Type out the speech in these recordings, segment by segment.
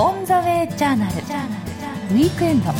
オンザウェイジャーナルウィークエンド。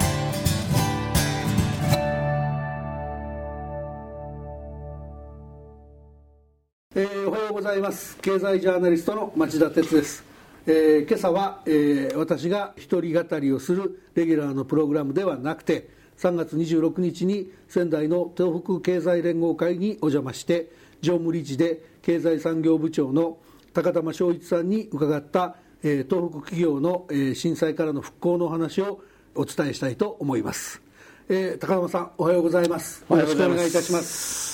おはようございます。経済ジャーナリストの町田哲です。今朝は、私が一人語りをするレギュラーのプログラムではなくて、3月26日に仙台の東北経済連合会にお邪魔して、常務理事で経済産業部長の高玉正一さんに伺った、東北企業の、震災からの復興の話をお伝えしたいと思います。高玉さん、おはようございます。よろしくお願いいたします。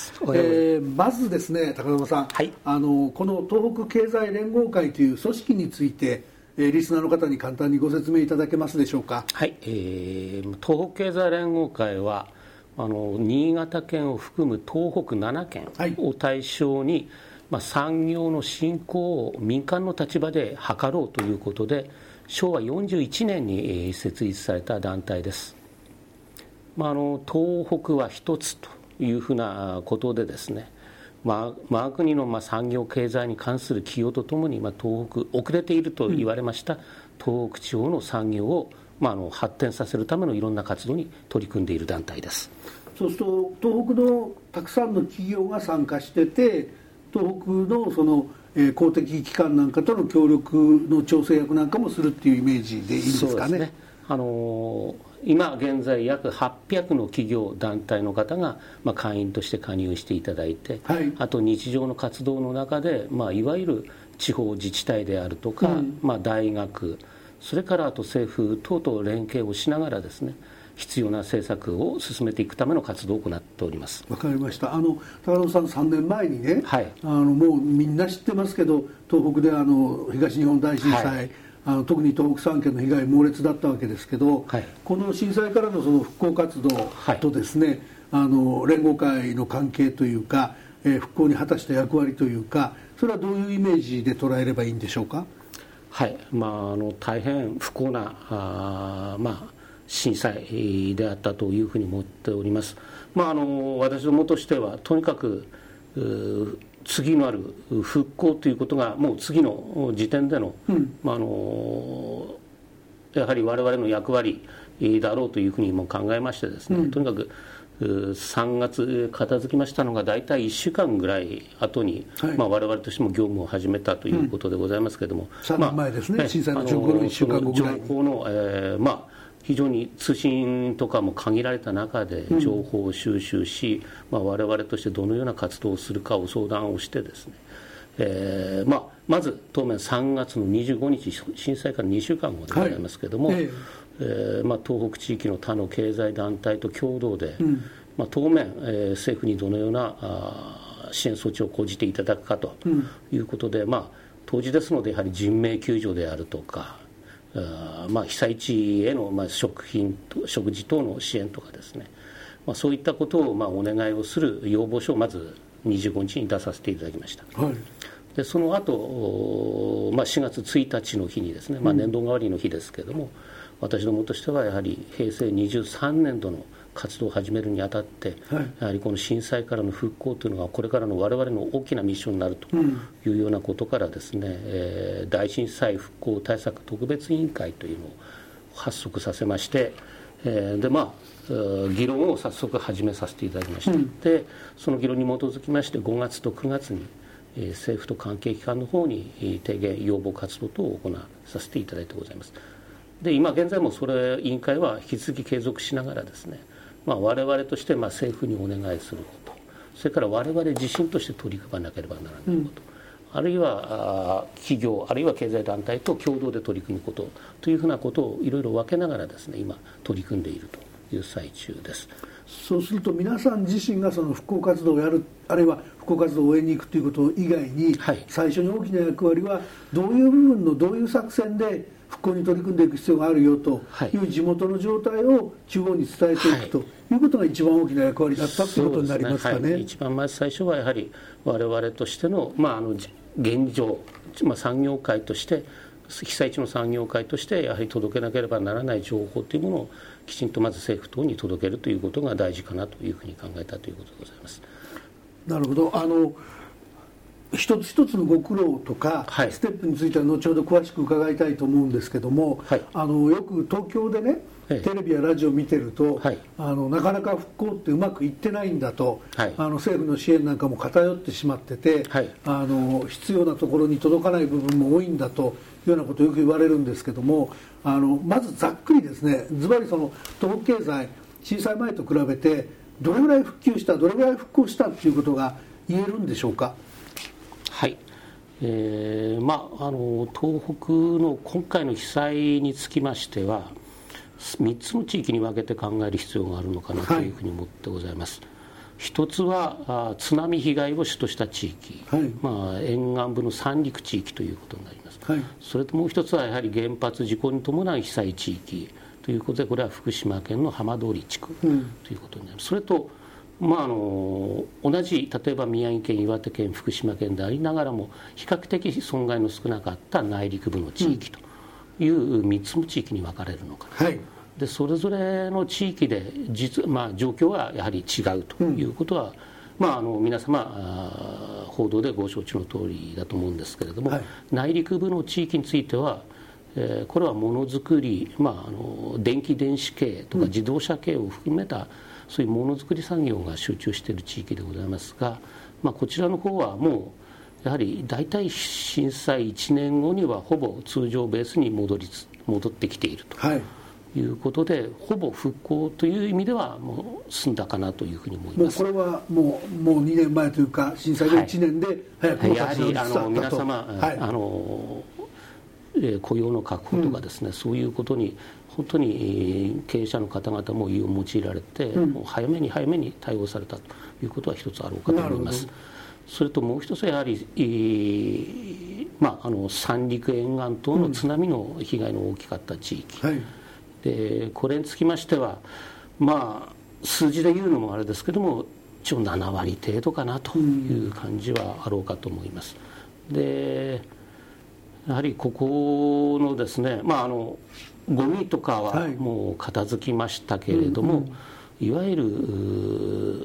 まずですね、高玉さん、はい、この東北経済連合会という組織について、リスナーの方に簡単にご説明いただけますでしょうか。 はい、東北経済連合会は新潟県を含む東北7県を対象に、産業の振興を民間の立場で図ろうということで、昭和41年に設立された団体です。東北は一つというふうなことでですね、我が国の産業経済に関する企業とともに、東北遅れていると言われました、東北地方の産業を、発展させるためのいろんな活動に取り組んでいる団体です。 そうすると東北のたくさんの企業が参加してて、東北のその、公的機関なんかとの協力の調整役なんかもするっていうイメージでいいんですかね。 そうですね。今現在約800の企業団体の方が、会員として加入していただいて、はい、あと日常の活動の中で、いわゆる地方自治体であるとか、大学、それからあと政府等と連携をしながらですね、必要な政策を進めていくための活動を行っております。 わかりました。高野さん3年前にね、はい、もうみんな知ってますけど、東北で東日本大震災、はい、特に東北3県の被害猛烈だったわけですけど、はい、この震災からのその復興活動とですね、はい、連合会の関係というか、復興に果たした役割というか、それはどういうイメージで捉えればいいんでしょうか。 はい、大変不幸な震災であったというふうに思っております。私どもとしてはとにかく次のある復興ということがもう次の時点での、やはり我々の役割だろうというふうにも考えましてですね、とにかく3月片付きましたのが大体1週間ぐらい後に、はい、我々としても業務を始めたということでございますけれども、 3年前ですね、震災の直後の1週間後ぐらいに情報の、非常に通信とかも限られた中で情報を収集し、我々としてどのような活動をするかを相談をしてですね、まず当面3月の25日震災から2週間後でございますけれども、東北地域の他の経済団体と共同で、当面、政府にどのような支援措置を講じていただくかということで、当時ですのでやはり人命救助であるとか、被災地への食事等の支援とかですね、そういったことをお願いをする要望書をまず25日に出させていただきました。はい、でその後、4月1日の日にですね、年度替わりの日ですけれども、私どもとしてはやはり平成23年度の活動を始めるにあたって、やはりこの震災からの復興というのがこれからの我々の大きなミッションになるというようなことからですね、大震災復興対策特別委員会というのを発足させまして、議論を早速始めさせていただきました。でその議論に基づきまして5月と9月に政府と関係機関の方に提言要望活動等を行わさせていただいてございます。で今現在もそれ委員会は引き続き継続しながらですね、我々として政府にお願いすること、それから我々自身として取り組まなければならないこと、あるいは企業あるいは経済団体と共同で取り組むことというふうなことをいろいろ分けながらですね、今取り組んでいるという最中です。 そうすると皆さん自身がその復興活動をやる、あるいは復興活動を応援に行くということ以外に、最初に大きな役割はどういう部分のどういう作戦で復興に取り組んでいく必要があるよという地元の状態を地方に伝えていくということが一番大きな役割だったということになりますかね。 一番まず最初はやはり我々としての、現状、産業界として被災地の産業界としてやはり届けなければならない情報というものをきちんとまず政府等に届けるということが大事かなというふうに考えたということでございます。 なるほど。 一つ一つのご苦労とか、 はい、 ステップについては後ほど詳しく伺いたいと思うんですけども、はい、よく東京でね、テレビやラジオ見てると、はい、なかなか復興ってうまくいってないんだと、はい、政府の支援なんかも偏ってしまってて、はい、必要なところに届かない部分も多いんだというようなことをよく言われるんですけども、まずざっくりですね、ズバリその東北経済震災前と比べてどれぐらい復旧した、どれぐらい復興したということが言えるんでしょうか。 はい、東北の今回の被災につきましては3つの地域に分けて考える必要があるのかなというふうに思ってございます。はい、一つは津波被害を主とした地域、はい、沿岸部の三陸地域ということになります。はい、それともう一つはやはり原発事故に伴う被災地域ということで、これは福島県の浜通り地区ということになります。それと同じ例えば宮城県、岩手県、福島県でありながらも比較的損害の少なかった内陸部の地域という3つの地域に分かれるのかな、はい、でそれぞれの地域で状況はやはり違うということは、皆様報道でご承知の通りだと思うんですけれども、はい、内陸部の地域についてはこれはものづくり、電気電子系とか自動車系を含めたそういうものづくり産業が集中している地域でございますが、こちらの方はもうやはり大体震災1年後にはほぼ通常ベースに戻ってきているということで、ほぼ復興という意味ではもう済んだかなというふうに思います。 もうこれはもう2年前というか震災の1年で早くやはり皆様、雇用の確保とかですね、そういうことに本当に経営者の方々も意を用いられて、もう早めに対応されたということは一つあろうかと思います。それともう一つはやはり、三陸沿岸等の津波の被害の大きかった地域、はい、でこれにつきましては数字で言うのもあれですけども一応7割程度かなという感じはあろうかと思います。でやはりここのですね、ゴミとかはもう片付きましたけれども、いわゆる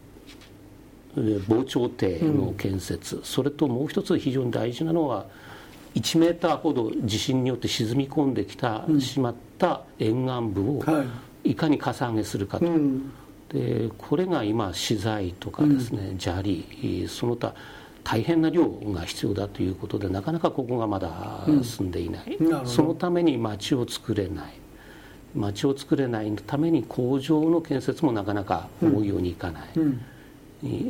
防潮堤の建設、それともう一つ非常に大事なのは1メーターほど地震によって沈み込んでしまった沿岸部をいかにかさ上げするかと、でこれが今資材とかですね、砂利その他大変な量が必要だということでなかなかここがまだ進んでいない、そのために町を作れないために工場の建設もなかなか思うようにいかない、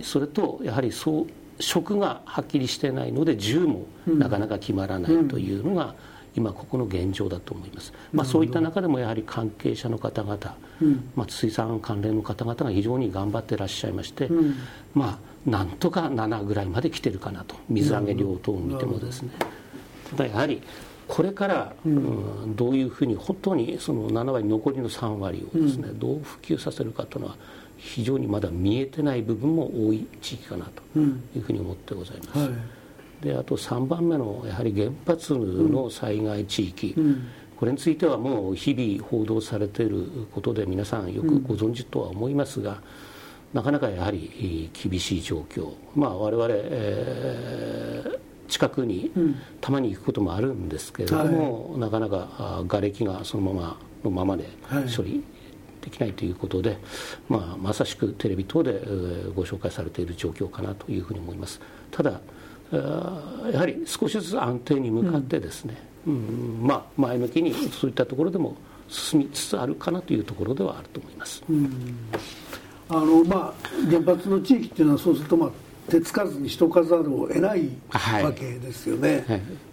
それとやはり職がはっきりしてないので銃もなかなか決まらないというのが今ここの現状だと思います。そういった中でもやはり関係者の方々、水産関連の方々が非常に頑張っていらっしゃいまして、なんとか7ぐらいまで来てるかなと、水揚げ量等を見てもですね。ただやはりこれからどういうふうに本当にその7割残りの3割をですね、どう普及させるかというのは非常にまだ見えてない部分も多い地域かなというふうに思ってございます。であと3番目のやはり原発の災害地域、これについてはもう日々報道されていることで皆さんよくご存知とは思いますが、なかなかやはり厳しい状況、我々、近くにたまに行くこともあるんですけれども、なかなか瓦礫がそのままで処理できないということで、まさしくテレビ等でご紹介されている状況かなというふうに思います。ただやはり少しずつ安定に向かってですね、前向きにそういったところでも進みつつあるかなというところではあると思います。 原発の地域っていうのはそうすると手つかずにしとかざるを得ないわけですよね。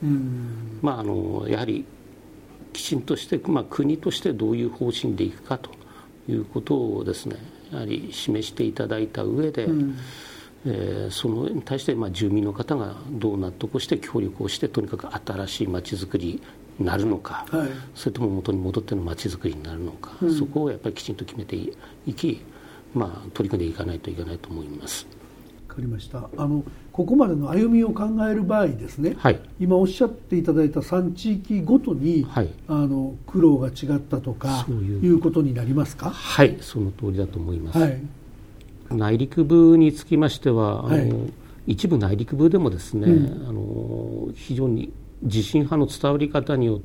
やはりきちんとして、国としてどういう方針でいくかということをですね、やはり示していただいた上で、そのに対して住民の方がどう納得して協力をしてとにかく新しい町づくりになるのか、それとも元に戻っての町づくりになるのか、そこをやっぱりきちんと決めていき、取り組んでいかないといけないと思います。 わかりました。ここまでの歩みを考える場合ですね、今おっしゃっていただいた3地域ごとに、苦労が違ったとかいうことになりますか？ はい、その通りだと思います。内陸部につきましては、 一部内陸部でもですね、非常に地震波の伝わり方によって、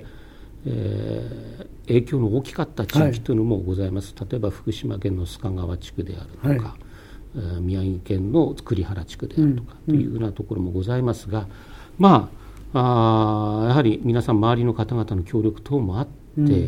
影響の大きかった地域というのもございます、例えば福島県の須賀川地区であるとか、宮城県の栗原地区であるとかというようなところもございますが、やはり皆さん周りの方々の協力等もあって、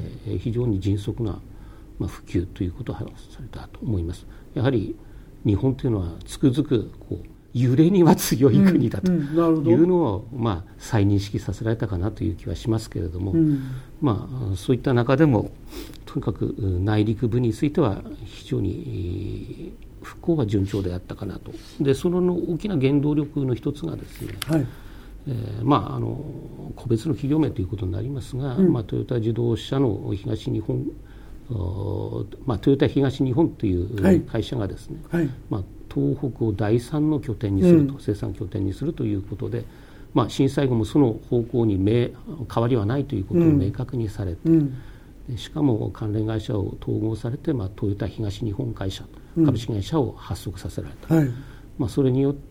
非常に迅速な、普及ということをされたと思います。やはり日本というのはつくづく揺れには強い国だというのを、再認識させられたかなという気はしますけれども、そういった中でもとにかく内陸部については非常に復興は順調であったかなと。でその大きな原動力の一つがですね、個別の企業名ということになりますが、トヨタ自動車の東日本、トヨタ東日本という会社がですね、東北を第3の拠点にすると、生産拠点にするということで、震災後もその方向に変わりはないということを明確にされて、しかも関連会社を統合されて、トヨタ東日本会社株式会社を発足させられた、それによって、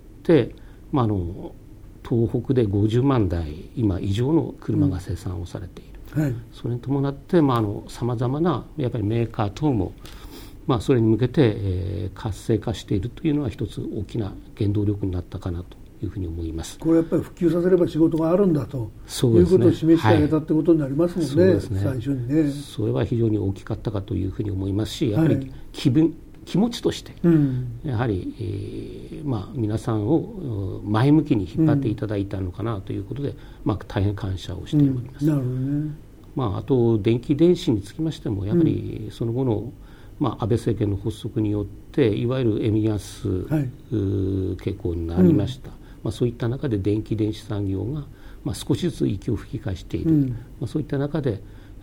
東北で50万台今以上の車が生産をされている、それに伴ってさまざまなやっぱりメーカー等も、それに向けて、活性化しているというのは一つ大きな原動力になったかなというふうに思います。 これやっぱり普及させれば仕事があるんだということを示してあげたってことになりますもんね、最初にね。それは非常に大きかったかというふうに思いますし、やはり気持ちとして、やはり、皆さんを前向きに引っ張っていただいたのかなということで、大変感謝をしております。 なるほどね。 あと電気電子につきましてもやはりその後の、安倍政権の発足によっていわゆる円安、傾向になりました、そういった中で電気電子産業が、少しずつ息を吹き返している、そういった中で、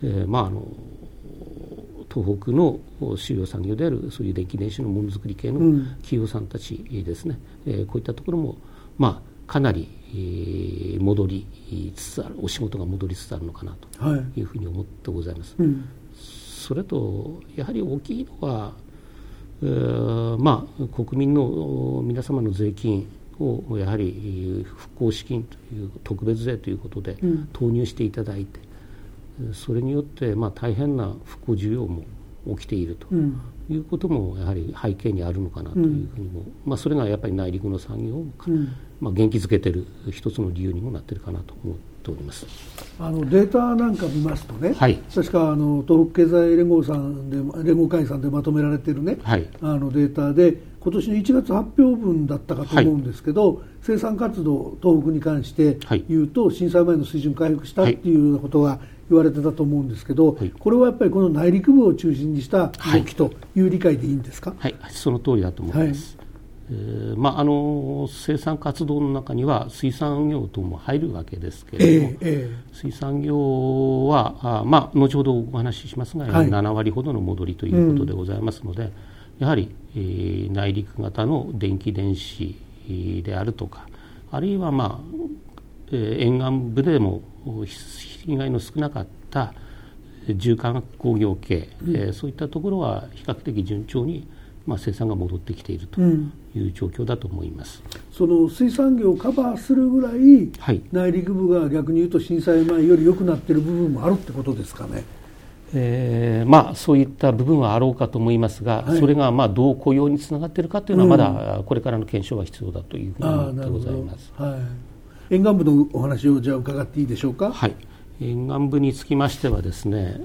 東北の主要産業であるそういう電気電子のものづくり系の企業さんたちですね、こういったところも、かなり、戻りつつある、お仕事が戻りつつあるのかなというふうに思ってございます。それとやはり大きいのは、国民の皆様の税金をやはり復興資金という特別税ということで投入していただいて、それによって大変な復興需要も起きているということもやはり背景にあるのかなというふうにも、それがやっぱり内陸の産業を元気づけている一つの理由にもなっているかなと思っております。 データなんか見ますとね、確か東北経済連合会さんでまとめられているね、データで今年の1月発表分だったかと思うんですけど、生産活動東北に関して言うと、震災前の水準回復したっていうようなことが言われてたと思うんですけど、これはやっぱりこの内陸部を中心にした動きという理解でいいんですか？ その通りだと思います。生産活動の中には水産業等も入るわけですけれども、水産業は後ほどお話ししますが、7割ほどの戻りということでございますので、やはり、内陸型の電気電子であるとか、あるいは、沿岸部でも被害の少なかった住環工業系、そういったところは比較的順調に生産が戻ってきているという状況だと思います。 その水産業をカバーするぐらい、内陸部が逆に言うと震災前より良くなっている部分もあるってことですかね。 そういった部分はあろうかと思いますが、それがどう雇用につながっているかというのはまだこれからの検証は必要だというふうに思ってございます。 沿岸部のお話をじゃあ伺っていいでしょうか。 沿岸部につきましてはですね、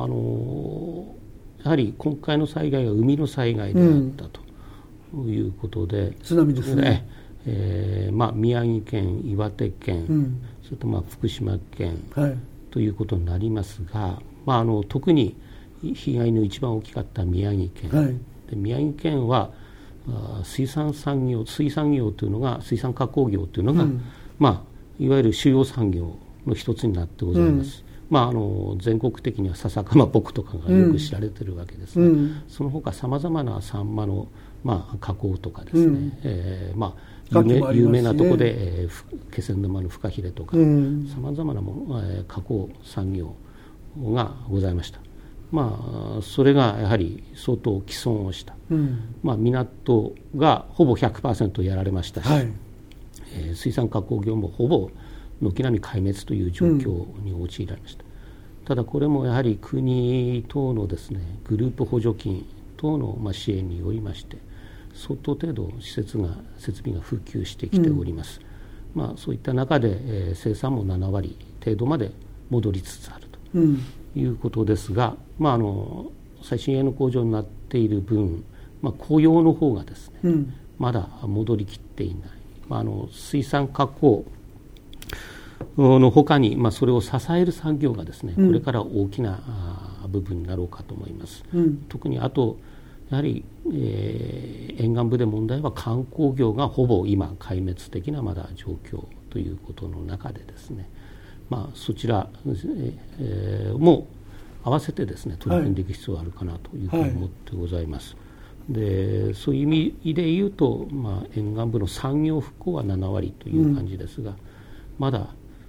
やはり今回の災害は海の災害であったということで、 津波ですね。 宮城県、岩手県、それと福島県、ということになりますが、特に被害の一番大きかった宮城県、で宮城県は水産業というのが、水産加工業というのが、いわゆる主要産業の一つになってございます。全国的には笹かまぼことかがよく知られているわけですが、その他さまざまなサンマの、加工とかですね、有名なところで、気仙沼のフカヒレとかさまざまな加工産業がございました。 それがやはり相当毀損をした、港がほぼ 100% やられましたし、水産加工業もほぼ軒並み壊滅という状況に陥られました。ただこれもやはり国等のですねグループ補助金等の支援によりまして相当程度設備が普及してきております。そういった中で、生産も7割程度まで戻りつつあるということですが、最新鋭の工場になっている分、雇用の方がですね、まだ戻りきっていない、水産加工の他に、それを支える産業がですね、これから大きな部分になろうかと思います。特にあとやはり、沿岸部で問題は観光業がほぼ今壊滅的なまだ状況ということの中でですね、そちら、も合わせてですね取り組んでいく必要があるかなというふうに思ってございます。でそういう意味で言うと、沿岸部の産業復興は7割という感じですが、まだ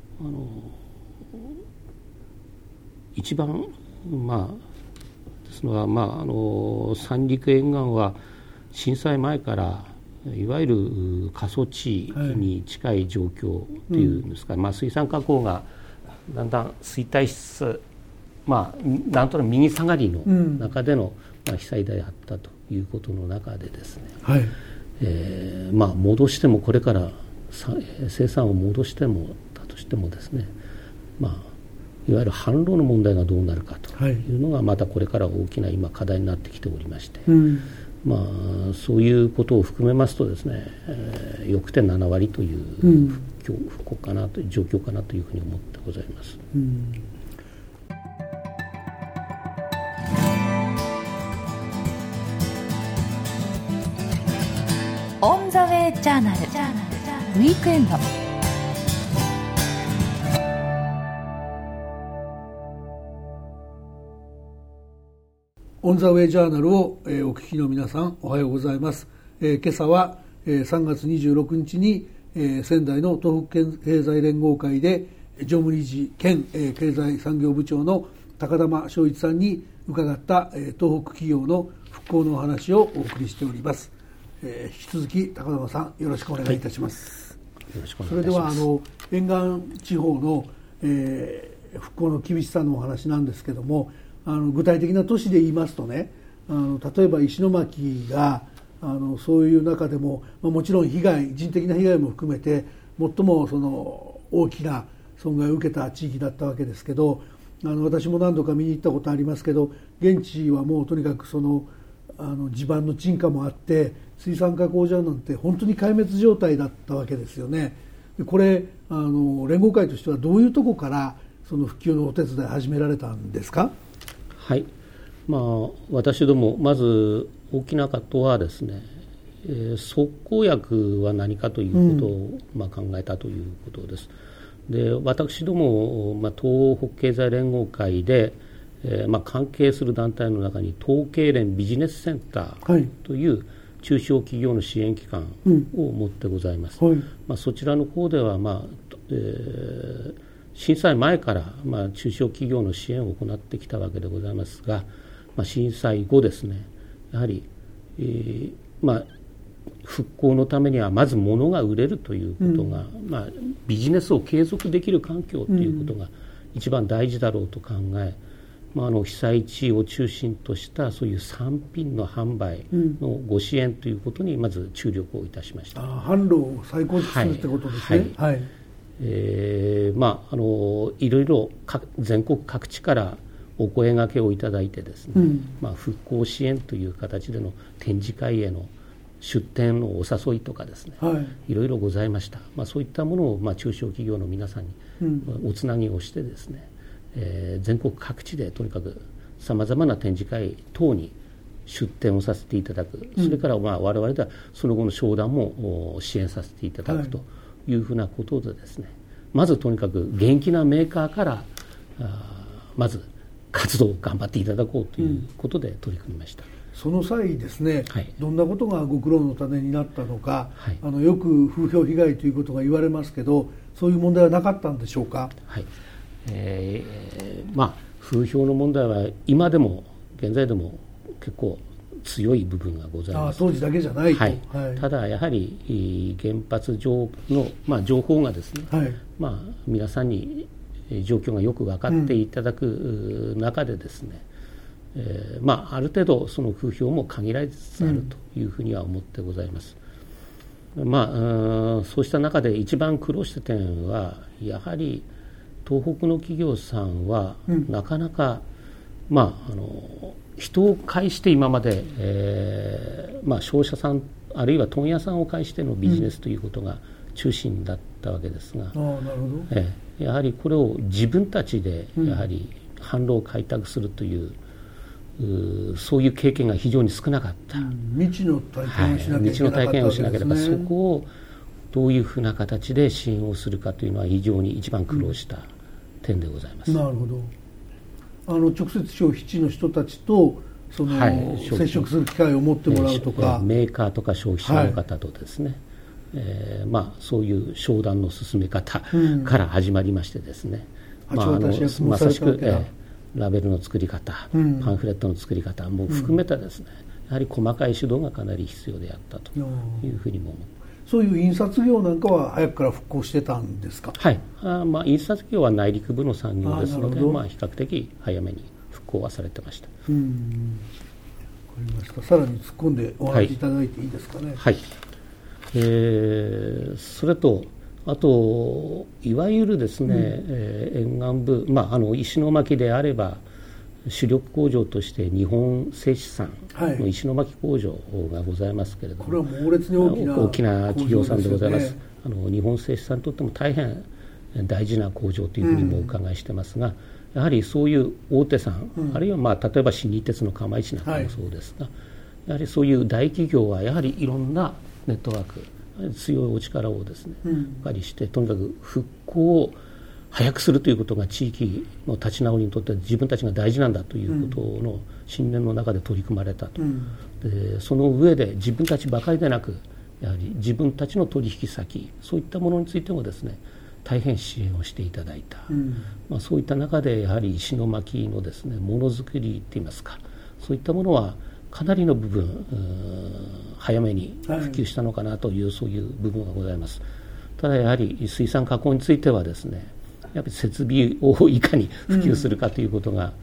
一番ですのは、三陸沿岸は震災前からいわゆる過疎地に近い状況というんですか、水産加工がだんだん衰退しつつ、なんとなく右下がりの中での被災であったということの中でですね、戻してもこれから生産を戻してもだとしてもですね、いわゆる販路の問題がどうなるかというのがまたこれから大きな今課題になってきておりまして、そういうことを含めますとですね、よくて7割という復興かなという状況かなというふうに思ってございます。 オン・ザ・ウェイ・ジャーナルウィークエンド。 オン・ザ・ウェイ・ジャーナルを、お聞きの皆さんおはようございます。今朝は、3月26日に、仙台の東北経済連合会で常務理事兼、経済産業部長の高玉正一さんに伺った、東北企業の復興のお話をお送りしております。引き続き高玉さんよろしくお願いいたします。 よろしくお願いいたします。 それでは沿岸地方の、復興の厳しさのお話なんですけども、具体的な都市で言いますとね、例えば石巻がそういう中でも、もちろん人的な被害も含めて最もその大きな損害を受けた地域だったわけですけど、私も何度か見に行ったことありますけど、現地はもうとにかくその地盤の沈下もあって水産加工場なんて本当に壊滅状態だったわけですよね。でこれ連合会としてはどういうところからその復旧のお手伝い始められたんですか？ はい、私どもまず大きなことはですね、測候薬は何かということを、考えたということです。で私ども、東北経済連合会で、関係する団体の中に東経連ビジネスセンターという中小企業の支援機関を持ってございます。そちらの方では、震災前から、中小企業の支援を行ってきたわけでございますが、震災後ですね、やはり、復興のためにはまず物が売れるということが、ビジネスを継続できる環境ということが一番大事だろうと考え、被災地を中心としたそういう産品の販売のご支援ということにまず注力をいたしました。 販路を再構築するってことですね。 いろいろ全国各地からお声掛けをいただいてですね、復興支援という形での展示会への出展のお誘いとかですね、いろいろございました。そういったものを、中小企業の皆さんに、おつなぎをしてですね、全国各地でとにかくさまざまな展示会等に出展をさせていただく、それから我々ではその後の商談も支援させていただくというふうなことでですね、まずとにかく元気なメーカーからまず活動を頑張っていただこうということで取り組みました。 その際ですね、どんなことがご苦労の種になったのか、よく風評被害ということが言われますけど、そういう問題はなかったんでしょうか？ 風評の問題は今でも現在でも結構強い部分がございます。 当時だけじゃないと、 はいはい、ただやはり原発上の、情報がですね、はい、皆さんに状況がよく分かっていただく中でですね、ある程度その風評も限られつつあるというふうには思ってございます。そうした中で一番苦労した点はやはり東北の企業さんはなかなか、人を介して今まで、商社さんあるいは問屋さんを介してのビジネスということが中心だったわけですが、やはりこれを自分たちでやはり販路を開拓するという、そういう経験が非常に少なかった、 未知の体験をしなければ、 そこをどういうふうな形で支援をするかというのは非常に一番苦労した点でございます。 なるほど。直接消費地の人たちと接触する機会を持ってもらうとか、 メーカーとか消費者の方とですね、そういう商談の進め方から始まりましてですね、まさしく、ラベルの作り方、パンフレットの作り方も含めたですね、やはり細かい指導がかなり必要であったというふうにも思う。 そういう印刷業なんかは早くから復興してたんですか。 はい、印刷業は内陸部の産業ですので、比較的早めに復興はされてました。 わかりました。さらに突っ込んでお話しいただいていいですかね。 はい、それとあといわゆるですね、沿岸部、石巻であれば主力工場として日本製紙さんの石巻工場がございますけれども、 これは猛烈に大きな企業さんでございます。日本製紙さんにとっても大変大事な工場というふうにもお伺いしてますが、やはりそういう大手さん、あるいは例えば新日鉄の釜石なんかもそうですが、やはりそういう大企業はやはりいろんなネットワーク、強いお力をですね、お借りしてとにかく復興を早くするということが地域の立ち直りにとって自分たちが大事なんだということの信念の中で取り組まれたと、でその上で自分たちばかりでなくやはり自分たちの取引先、そういったものについてもですね大変支援をしていただいた、そういった中でやはり石巻のですねものづくりといいますか、そういったものはかなりの部分早めに普及したのかなという、そういう部分がございます。ただやはり水産加工についてはですね、やっぱり設備をいかに普及するかということが、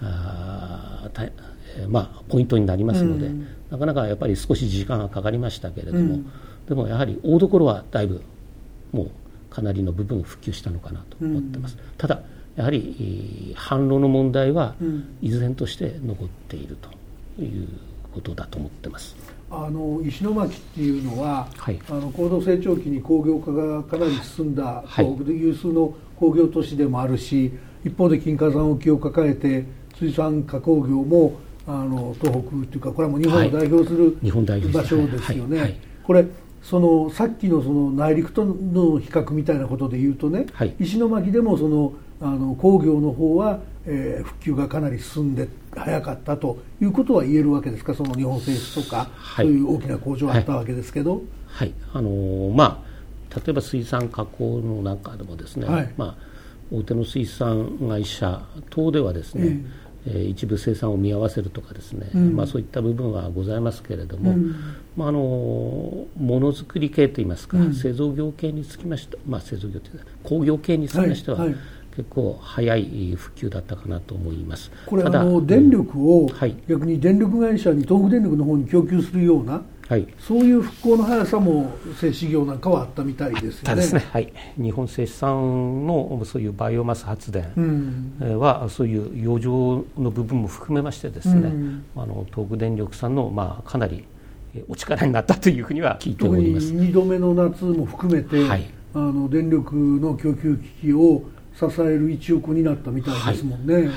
ポイントになりますので、なかなかやっぱり少し時間がかかりましたけれども、でもやはり大所はだいぶもうかなりの部分普及したのかなと思ってます。ただやはり販路の問題は依然として残っているということだと思ってます。 石巻っていうのは、高度成長期に工業化がかなり進んだ東北で有数の工業都市でもあるし、一方で金華山沖を抱えて水産加工業も東北というか、これはもう日本を代表する場所ですよね。これさっきの内陸との比較みたいなことでいうとね、石巻でも工業の方は、普及がかなり進んで早かったということは言えるわけですか。その日本製紙とか、そういう大きな工場があったわけですけど、 例えば水産加工の中でもですね、大手の水産会社等ではですね、一部生産を見合わせるとかですね、そういった部分はございますけれども、ものづくり系といいますか、製造業系につきまして、製造業というか工業系につきましては、結構早い普及だったかなと思います。 これ電力を逆に電力会社に東北電力の方に供給するような、そういう復興の速さも製紙業なんかはあったみたいですよね。 ですね、日本製紙さんのそういうバイオマス発電は、そういう余剰の部分も含めましてですね、東北電力さんのかなりお力になったというふうには聞いております。 特に2度目の夏も含めて、電力の供給機器を支える一翼になったみたいですもんね。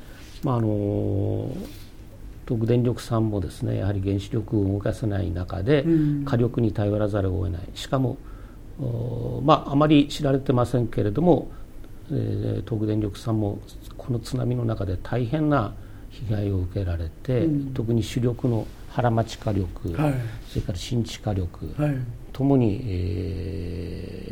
東北電力さんもですね、やはり原子力を動かせない中で火力に頼らざるを得ない。しかもあまり知られてませんけれども、東北電力さんもこの津波の中で大変な被害を受けられて、特に主力の原町火力、それから新地火力ともに、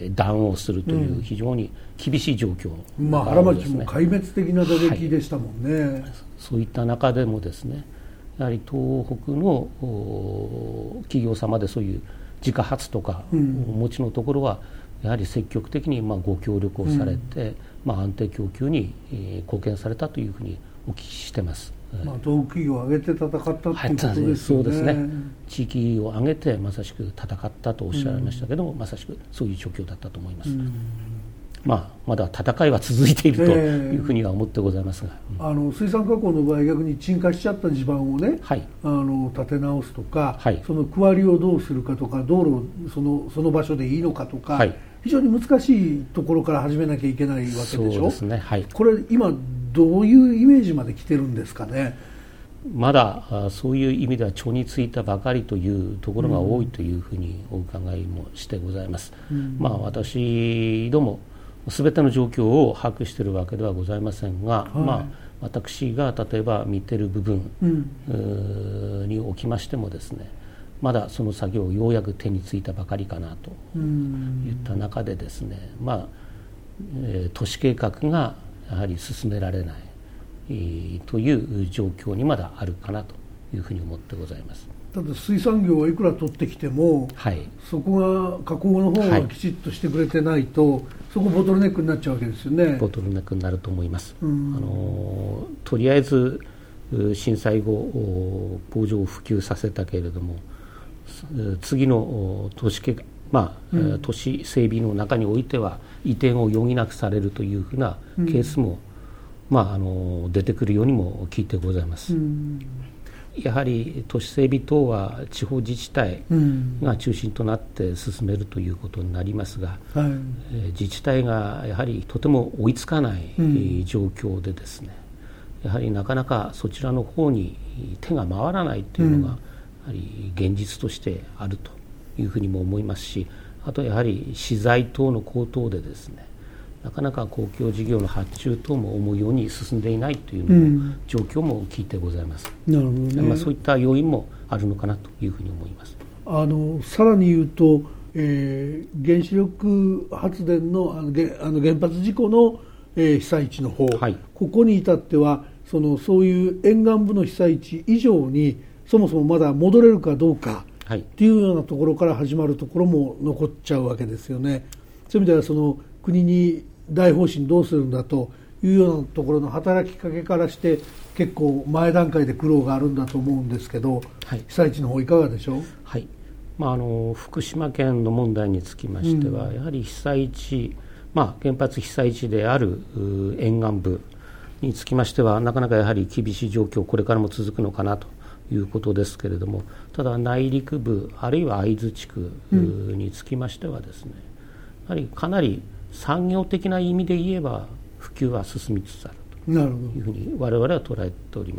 弾をするという非常に厳しい状況、 原町も壊滅的な打撃でしたもんね、 そういった中でもですね、やはり東北の企業様でそういう自家発とかお持ちのところはやはり積極的にご協力をされて、安定供給に貢献されたというふうにお聞きしてます。 東北企業を挙げて戦ったっていうことですよね。 そうですね。地域を挙げてまさしく戦ったとおっしゃいましたけども、まさしくそういう状況だったと思います。まだ戦いは続いているというふうには思ってございますが、 水産加工の場合逆に沈下しちゃった地盤をね、立て直すとか、その区割りをどうするかとか、道路その場所でいいのかとか、非常に難しいところから始めなきゃいけないわけでしょ。 そうですね、 これ今どういうイメージまで来てるんですかね。 まだそういう意味では序についたばかりというところが多いというふうにお伺いもしてございます。私ども全ての状況を把握しているわけではございませんが、私が例えば見ている部分におきましてもですね、まだその作業をようやく手についたばかりかなといった中でですね、都市計画がやはり進められないという状況にまだあるかなというふうに思ってございます。 ただ水産業はいくら取ってきても、そこが加工の方がきちっとしてくれてないと、そこボトルネックになっちゃうわけですよね。 ボトルネックになると思います。とりあえず震災後工場を普及させたけれども、次の都市都市整備の中においては移転を余儀なくされるというふうなケースも、出てくるようにも聞いてございます。やはり都市整備等は地方自治体が中心となって進めるということになりますが、自治体がやはりとても追いつかない状況でですね、やはりなかなかそちらの方に手が回らないというのがやはり現実としてあるというふうにも思いますし、あとやはり資材等の高騰でですね、なかなか公共事業の発注等も思うように進んでいないという状況も聞いてございます。 なるほどね。 そういった要因もあるのかなというふうに思います。 さらに言うと、原子力発電の原発事故の、被災地の方、ここに至ってはそういう沿岸部の被災地以上にそもそもまだ戻れるかどうかっていうようなところから始まるところも残っちゃうわけですよね。そういう意味では国に大方針どうするんだというようなところの働きかけからして結構前段階で苦労があるんだと思うんですけど、被災地の方いかがでしょう。 福島県の問題につきましては、やはり被災地、原発被災地である沿岸部につきましてはなかなかやはり厳しい状況これからも続くのかなということですけれども、ただ内陸部あるいは会津地区につきましてはですね、やはりかなり産業的な意味で言えば普及は進みつつあるというふうに我々は捉えております。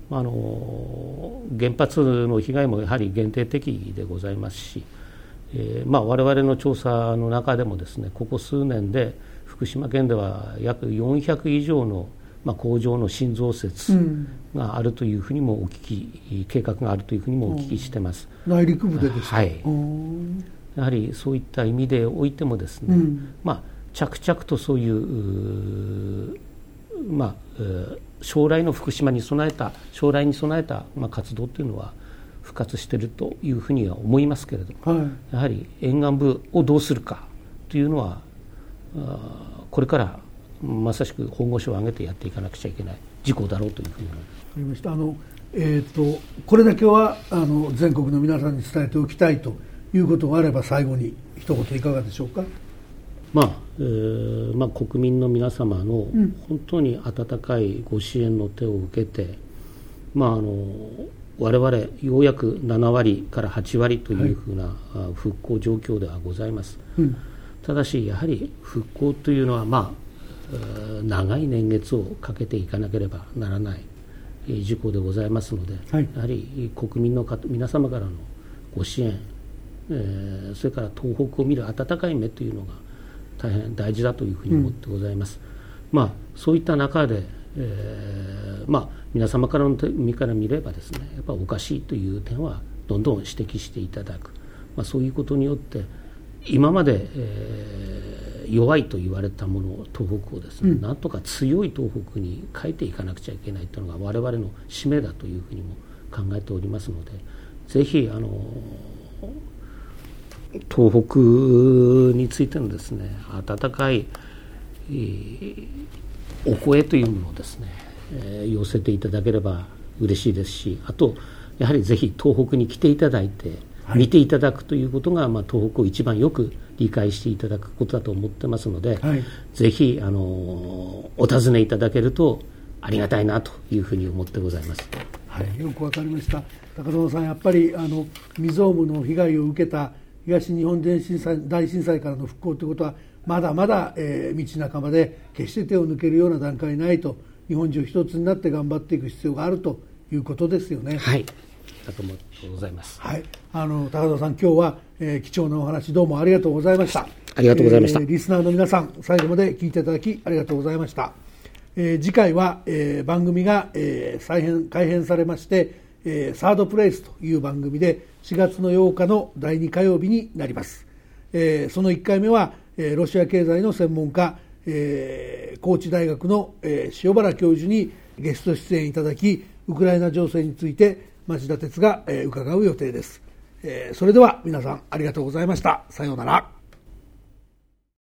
原発の被害もやはり限定的でございますし、我々の調査の中でもですね、ここ数年で福島県では約400以上の工場の新増設があるというふうにもお聞き、計画があるというふうにもお聞きしてます。 内陸部でですか。 やはりそういった意味でおいてもですね、着々とそういう将来の福島に備えた活動というのは復活しているというふうには思いますけれども、やはり沿岸部をどうするかというのはこれからまさしく本腰を上げてやっていかなくちゃいけない事項だろうというふうに思います。 わかりました。これだけは全国の皆さんに伝えておきたいということがあれば最後に一言いかがでしょうか。 国民の皆様の本当に温かいご支援の手を受けて、我々ようやく7割から8割というふうな復興状況ではございます。ただしやはり復興というのは長い年月をかけていかなければならない事項でございますので、やはり国民の皆様からのご支援、それから東北を見る温かい目というのが大変大事だというふうに思ってございます。そういった中で、皆様からの身から見ればですね、やっぱりおかしいという点はどんどん指摘していただく、そういうことによって今まで、弱いと言われたもの東北をですね、なんとか強い東北に変えていかなくちゃいけないというのが我々の使命だというふうにも考えておりますので、ぜひ東北についてのですね温かい、お声というものをですね、寄せていただければ嬉しいですし、あとやはりぜひ東北に来ていただいて見ていただくということが、東北を一番よく理解していただくことだと思ってますので、ぜひお尋ねいただけるとありがたいなというふうに思ってございます。 はい、よくわかりました。高園さん、やっぱり未曾有の被害を受けた東日本大震災からの復興ということはまだまだ、道半ばで決して手を抜けるような段階ないと、日本中一つになって頑張っていく必要があるということですよね。 はい、だと思ってございます。 はい、高園さん、今日は、貴重なお話どうもありがとうございました。 ありがとうございました。 リスナーの皆さん、最後まで聞いていただきありがとうございました。次回は、番組が、改編されまして、サードプレイスという番組で4月の8日の第2火曜日になります。その1回目は、ロシア経済の専門家、高知大学の、塩原教授にゲスト出演いただき、ウクライナ情勢について町田鉄が、伺う予定です。それでは皆さんありがとうございました。さようなら。